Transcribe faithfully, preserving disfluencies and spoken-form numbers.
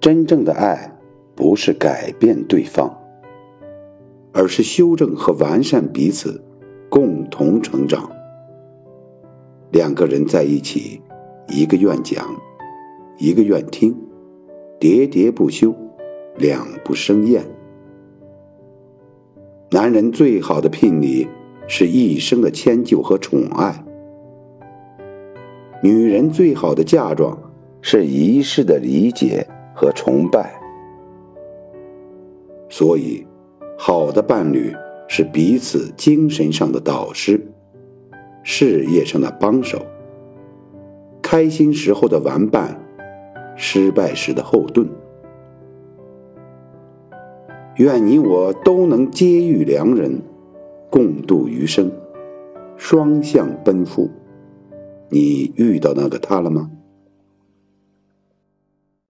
真正的爱不是改变对方，而是修正和完善彼此，共同成长。两个人在一起，一个愿讲，一个愿听，喋喋不休，两不生厌。男人最好的聘礼是一生的迁就和宠爱，女人最好的嫁妆是一世的理解和崇拜。所以，好的伴侣是彼此精神上的导师，事业上的帮手，开心时候的玩伴，失败时的后盾。愿你我都能接遇良人，共度余生，双向奔赴。你遇到那个他了吗？